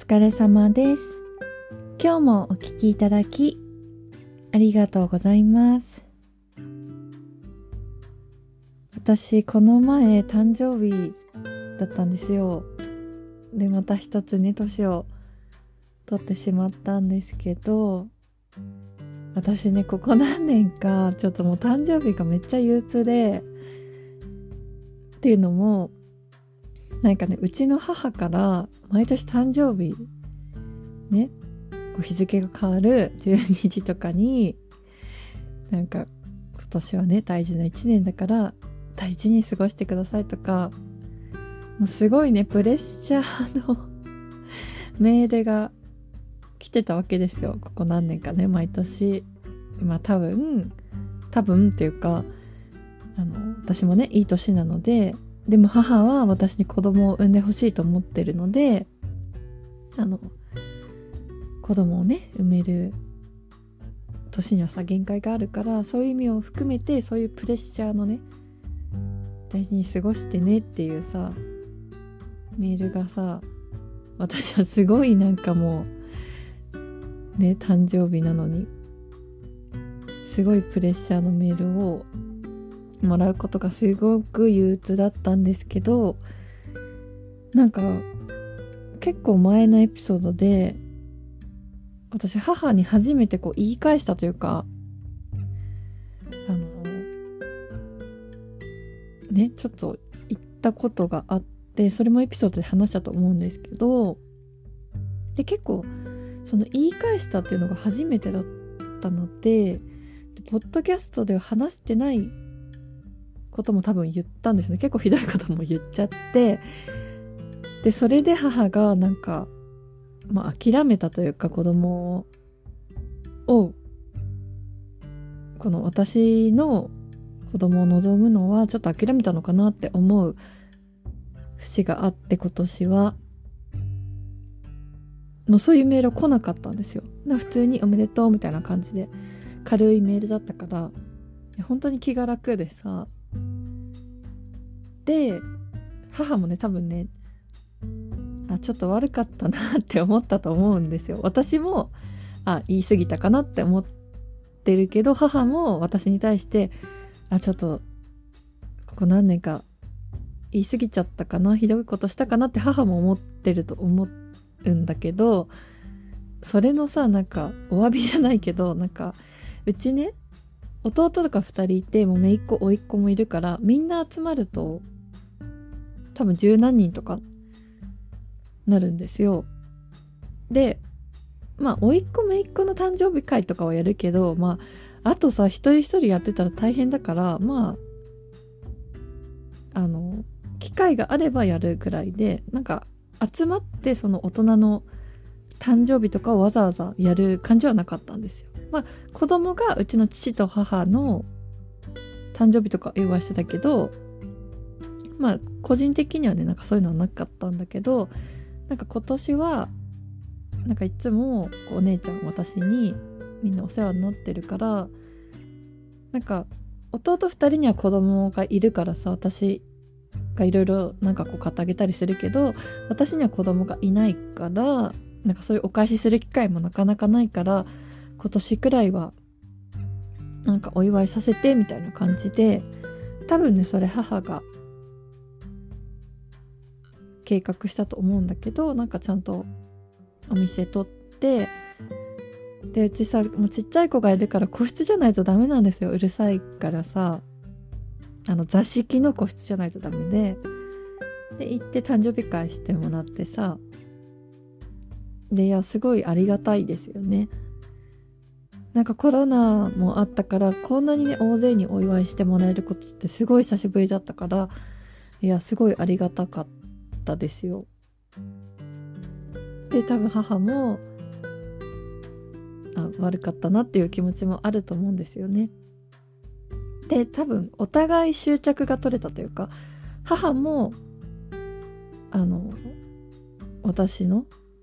疲れ様です。今日もお聞きいただきありがとうございます。私この前誕生日だったんですよ。でまた一つね年を取ってしまったんですけど、私ねここ何年かちょっともう誕生日がめっちゃ憂鬱で、っていうのもなんかね、うちの母から毎年誕生日ね、こう日付が変わる12時とかになんか今年はね大事な1年だから大事に過ごしてくださいとか、もうすごいねプレッシャーのメールが来てたわけですよ。ここ何年かね毎年。まあ多分っていうか私もねいい年なので、でも母は私に子供を産んでほしいと思ってるので、子供をね産める年にはさ限界があるから、そういう意味を含めてそういうプレッシャーのね大事に過ごしてねっていうさメールがさ、私はすごいなんかもうね誕生日なのにすごいプレッシャーのメールをもらうことがすごく憂鬱だったんですけど、なんか結構前のエピソードで私母に初めてこう言い返したというか、ねちょっと言ったことがあって、それもエピソードで話したと思うんですけど、で結構その言い返したっていうのが初めてだったので、ポッドキャストでは話してないことも多分言ったんですね。結構ひどいことも言っちゃって、でそれで母がなんか諦めたというか、子供をこの私の子供を望むのはちょっと諦めたのかなって思う節があって、今年はもうそういうメール来なかったんですよ。普通におめでとうみたいな感じで軽いメールだったから、本当に気が楽でさ、で母もね多分ねちょっと悪かったなって思ったと思うんですよ。私も言い過ぎたかなって思ってるけど、母も私に対してちょっとここ何年か言い過ぎちゃったかな、ひどいことしたかなって母も思ってると思うんだけど、それのさなんかお詫びじゃないけど、なんかうちね弟とか2人いて、もう姪っ子甥っ子もいるから、みんな集まると多分十何人とかなるんですよ。で甥っ子姪っ子の誕生日会とかはやるけど、あとさ一人一人やってたら大変だから、機会があればやるくらいで、なんか集まってその大人の誕生日とかをわざわざやる感じはなかったんですよ。子供がうちの父と母の誕生日とかお祝いしてたけど、個人的にはねなんかそういうのはなかったんだけど、なんか今年はなんかいつもお姉ちゃん私にみんなお世話になってるから、なんか弟2人には子供がいるからさ、私がいろいろなんかこう買ってあげたりするけど、私には子供がいないから、なんかそういうお返しする機会もなかなかないから、今年くらいはなんかお祝いさせてみたいな感じで、多分ねそれ母が計画したと思うんだけど、なんかちゃんとお店取って、でうちさもうちっちゃい子がいるから個室じゃないとダメなんですよ。うるさいからさ、座敷の個室じゃないとダメで、行って誕生日会してもらってさ、でいやすごいありがたいですよね。なんかコロナもあったから、こんなにね大勢にお祝いしてもらえることってすごい久しぶりだったから、いやすごいありがたかったですよ。で多分母も悪かったなっていう気持ちもあると思うんですよね。で多分お互い執着が取れたというか、母も私の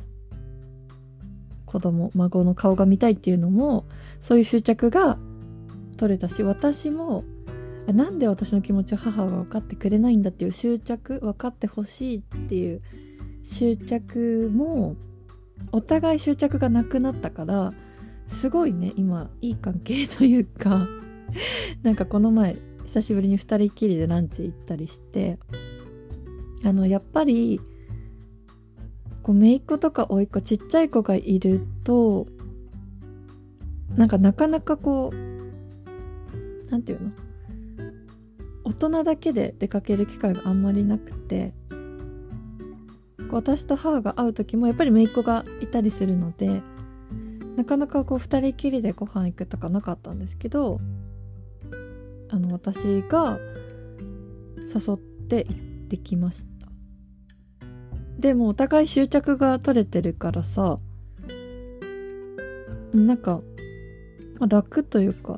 孫の顔が見たいっていうのもそういう執着が取れたし、私もなんで私の気持ちを母が分かってくれないんだっていう執着、分かってほしいっていう執着もお互い執着がなくなったから、すごいね今いい関係というかなんかこの前久しぶりに二人きりでランチ行ったりして、やっぱりこう姪っ子とか甥っ子、ちっちゃい子がいるとなかなかこうなんていうの、大人だけで出かける機会があんまりなくて、私と母が会う時もやっぱり姪っ子がいたりするので、なかなかこう二人きりでご飯行くとかなかったんですけど、私が誘って行ってきました。でもお互い執着が取れてるからさ、なんか、楽というか、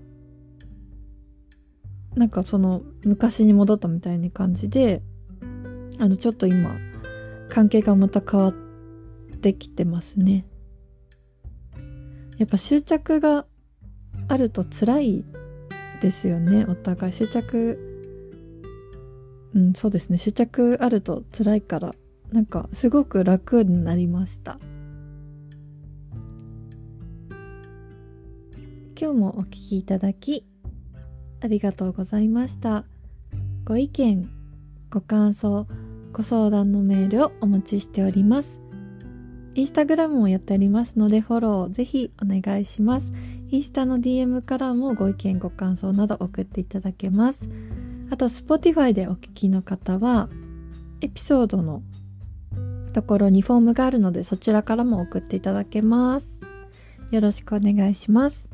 なんかその昔に戻ったみたいな感じで、ちょっと今関係がまた変わってきてますね。やっぱ執着があると辛いですよね。お互い執着、そうですね、執着あると辛いから、なんかすごく楽になりました。今日もお聞きいただきありがとうございました。ご意見、ご感想、ご相談のメールをお待ちしております。インスタグラムもやっておりますのでフォローぜひお願いします。インスタの DM からもご意見ご感想など送っていただけます。あと Spotify でお聞きの方はエピソードのところにフォームがあるので、そちらからも送っていただけます。よろしくお願いします。